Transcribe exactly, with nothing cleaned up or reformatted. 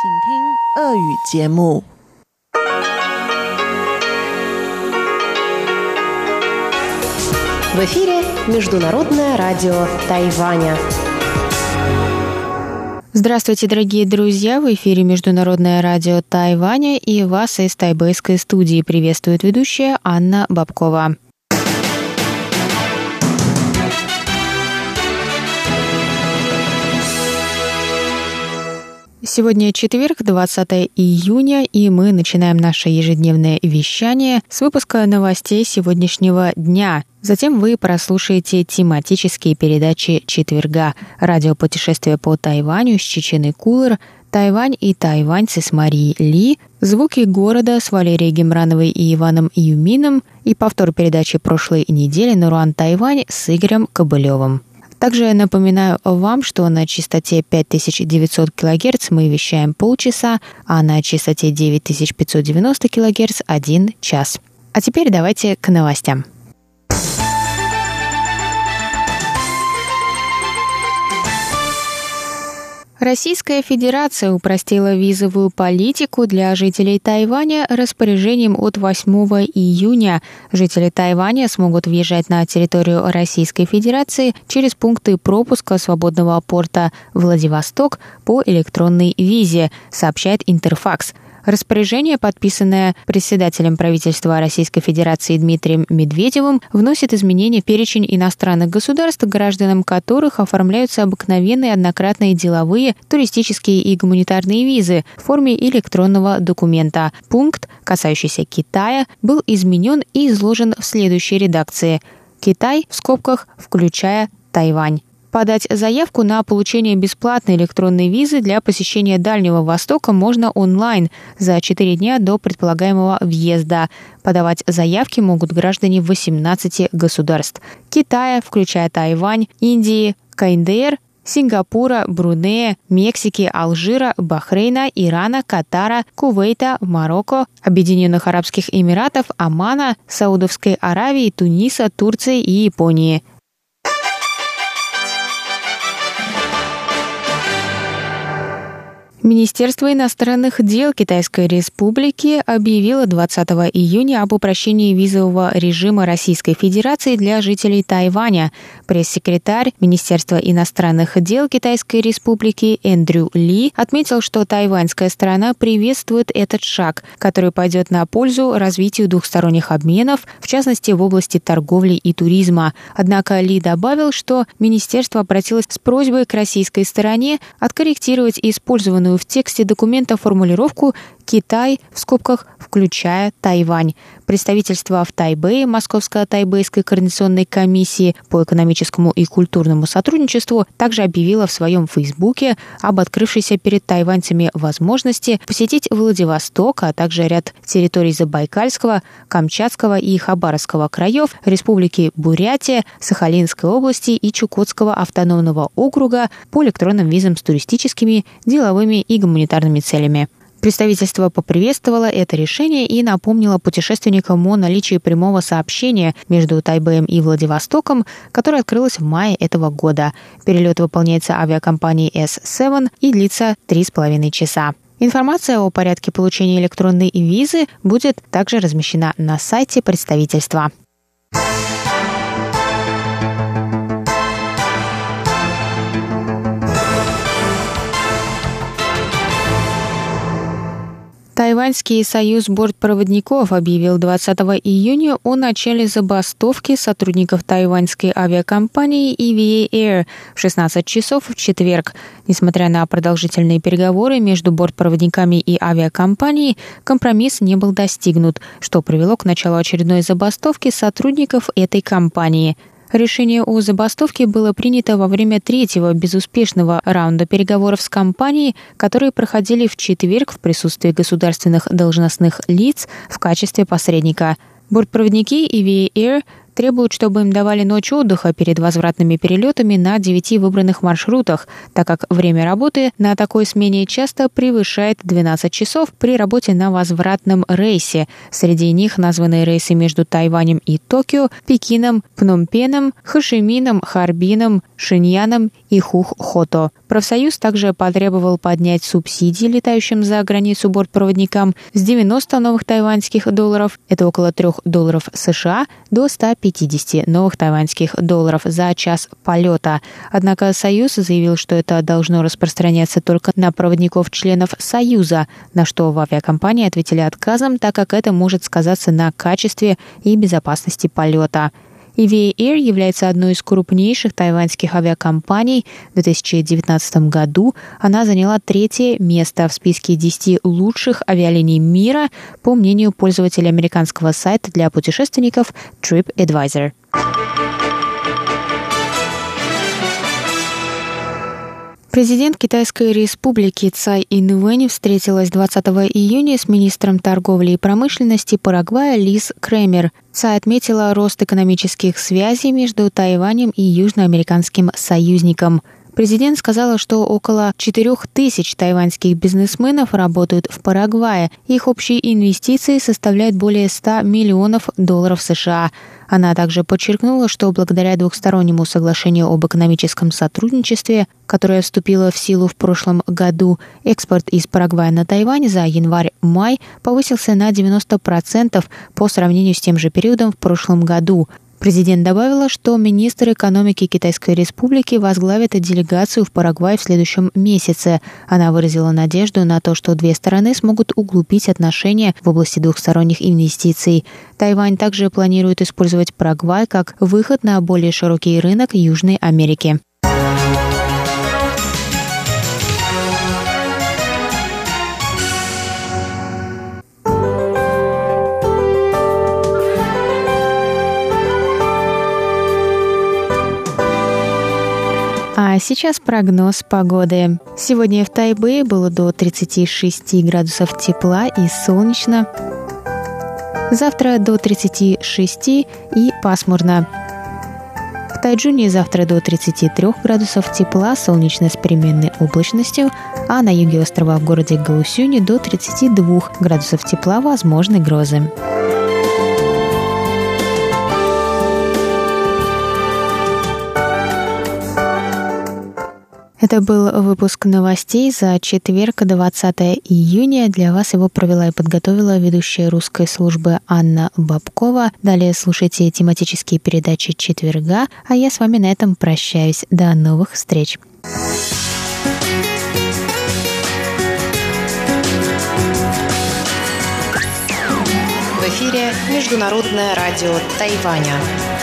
В эфире Международное радио Тайваня. Здравствуйте, дорогие друзья! В эфире Международное радио Тайваня, и вас из тайбэйской студии приветствует ведущая Анна Бабкова. Сегодня четверг, двадцатое июня, и мы начинаем наше ежедневное вещание с выпуска новостей сегодняшнего дня. Затем вы прослушаете тематические передачи четверга: радиопутешествие по Тайваню с Чеченой Кулар, Тайвань и тайваньцы с Марией Ли, звуки города с Валерией Гемрановой и Иваном Юмином и повтор передачи прошлой недели «Наруан Тайвань» с Игорем Кобылевым. Также напоминаю вам, что на частоте пять тысяч девятьсот килогерц мы вещаем полчаса, а на частоте девять тысяч пятьсот девяносто килогерц – один час. А теперь давайте к новостям. Российская Федерация упростила визовую политику для жителей Тайваня распоряжением от восьмого июня. Жители Тайваня смогут въезжать на территорию Российской Федерации через пункты пропуска свободного порта Владивосток по электронной визе, сообщает Интерфакс. Распоряжение, подписанное председателем правительства Российской Федерации Дмитрием Медведевым, вносит изменения в перечень иностранных государств, гражданам которых оформляются обыкновенные однократные деловые, туристические и гуманитарные визы в форме электронного документа. Пункт, касающийся Китая, был изменен и изложен в следующей редакции: Китай, в скобках, включая Тайвань. Подать заявку на получение бесплатной электронной визы для посещения Дальнего Востока можно онлайн за четыре дня до предполагаемого въезда. Подавать заявки могут граждане восемнадцати государств: Китая, включая Тайвань, Индии, КНДР, Сингапура, Брунея, Мексики, Алжира, Бахрейна, Ирана, Катара, Кувейта, Марокко, Объединенных Арабских Эмиратов, Омана, Саудовской Аравии, Туниса, Турции и Японии. Министерство иностранных дел Китайской Республики объявило двадцатого июня об упрощении визового режима Российской Федерации для жителей Тайваня. Пресс-секретарь Министерства иностранных дел Китайской Республики Эндрю Ли отметил, что тайваньская сторона приветствует этот шаг, который пойдет на пользу развитию двухсторонних обменов, в частности в области торговли и туризма. Однако Ли добавил, что министерство обратилось с просьбой к российской стороне откорректировать использованную в тексте документа формулировку «Китай», в скобках, включая Тайвань. Представительство в Тайбэе Московско-Тайбэйской координационной комиссии по экономическому и культурному сотрудничеству также объявило в своем Фейсбуке об открывшейся перед тайваньцами возможности посетить Владивосток, а также ряд территорий Забайкальского, Камчатского и Хабаровского краев, Республики Бурятия, Сахалинской области и Чукотского автономного округа по электронным визам с туристическими, деловыми и гуманитарными целями. Представительство поприветствовало это решение и напомнило путешественникам о наличии прямого сообщения между Тайбэем и Владивостоком, которое открылось в мае этого года. Перелет выполняется авиакомпанией эс семь и длится три с половиной часа. Информация о порядке получения электронной визы будет также размещена на сайте представительства. Тайваньский союз бортпроводников объявил двадцатого июня о начале забастовки сотрудников тайваньской авиакомпании и ви эй Air в шестнадцать часов в четверг. Несмотря на продолжительные переговоры между бортпроводниками и авиакомпанией, компромисс не был достигнут, что привело к началу очередной забастовки сотрудников этой компании. Решение о забастовке было принято во время третьего безуспешного раунда переговоров с компанией, которые проходили в четверг в присутствии государственных должностных лиц в качестве посредника. Бортпроводники и ви эй Air требуют, чтобы им давали ночь отдыха перед возвратными перелетами на девяти выбранных маршрутах, так как время работы на такой смене часто превышает двенадцать часов при работе на возвратном рейсе. Среди них названы рейсы между Тайванем и Токио, Пекином, Пномпеном, Хошимином, Харбином, Шиньяном и Хух-Хото. Профсоюз также потребовал поднять субсидии летающим за границу бортпроводникам с девяноста новых тайваньских долларов, это около трех долларов США, до ста пятидесяти новых тайваньских долларов за час полета. Однако Союз заявил, что это должно распространяться только на проводников-членов Союза, на что в авиакомпании ответили отказом, так как это может сказаться на качестве и безопасности полета. и ви эй Air является одной из крупнейших тайваньских авиакомпаний. В две тысячи девятнадцатом году она заняла третье место в списке десяти лучших авиалиний мира, по мнению пользователей американского сайта для путешественников TripAdvisor. Президент Китайской республики Цай Инвэнь встретилась двадцатого июня с министром торговли и промышленности Парагвая Лиз Кремер. Цай отметила рост экономических связей между Тайванем и южноамериканским союзником. Президент сказала, что около четырех тысяч тайваньских бизнесменов работают в Парагвае. Их общие инвестиции составляют более ста миллионов долларов США. Она также подчеркнула, что благодаря двухстороннему соглашению об экономическом сотрудничестве, которое вступило в силу в прошлом году, экспорт из Парагвая на Тайвань за январь-май повысился на девяносто процентов по сравнению с тем же периодом в прошлом году. Президент добавила, что министр экономики Китайской Республики возглавит делегацию в Парагвай в следующем месяце. Она выразила надежду на то, что две стороны смогут углубить отношения в области двухсторонних инвестиций. Тайвань также планирует использовать Парагвай как выход на более широкий рынок Южной Америки. А сейчас прогноз погоды. Сегодня в Тайбэе было до тридцати шести градусов тепла и солнечно. Завтра до тридцати шести и пасмурно. В Тайчжуне завтра до тридцати трёх градусов тепла, солнечно с переменной облачностью, а на юге острова в городе Гаосюне до тридцати двух градусов тепла, возможны грозы. Это был выпуск новостей за четверг, двадцатого июня. Для вас его провела и подготовила ведущая русской службы Анна Бабкова. Далее слушайте тематические передачи четверга, а я с вами на этом прощаюсь. До новых встреч! В эфире Международное радио Тайваня.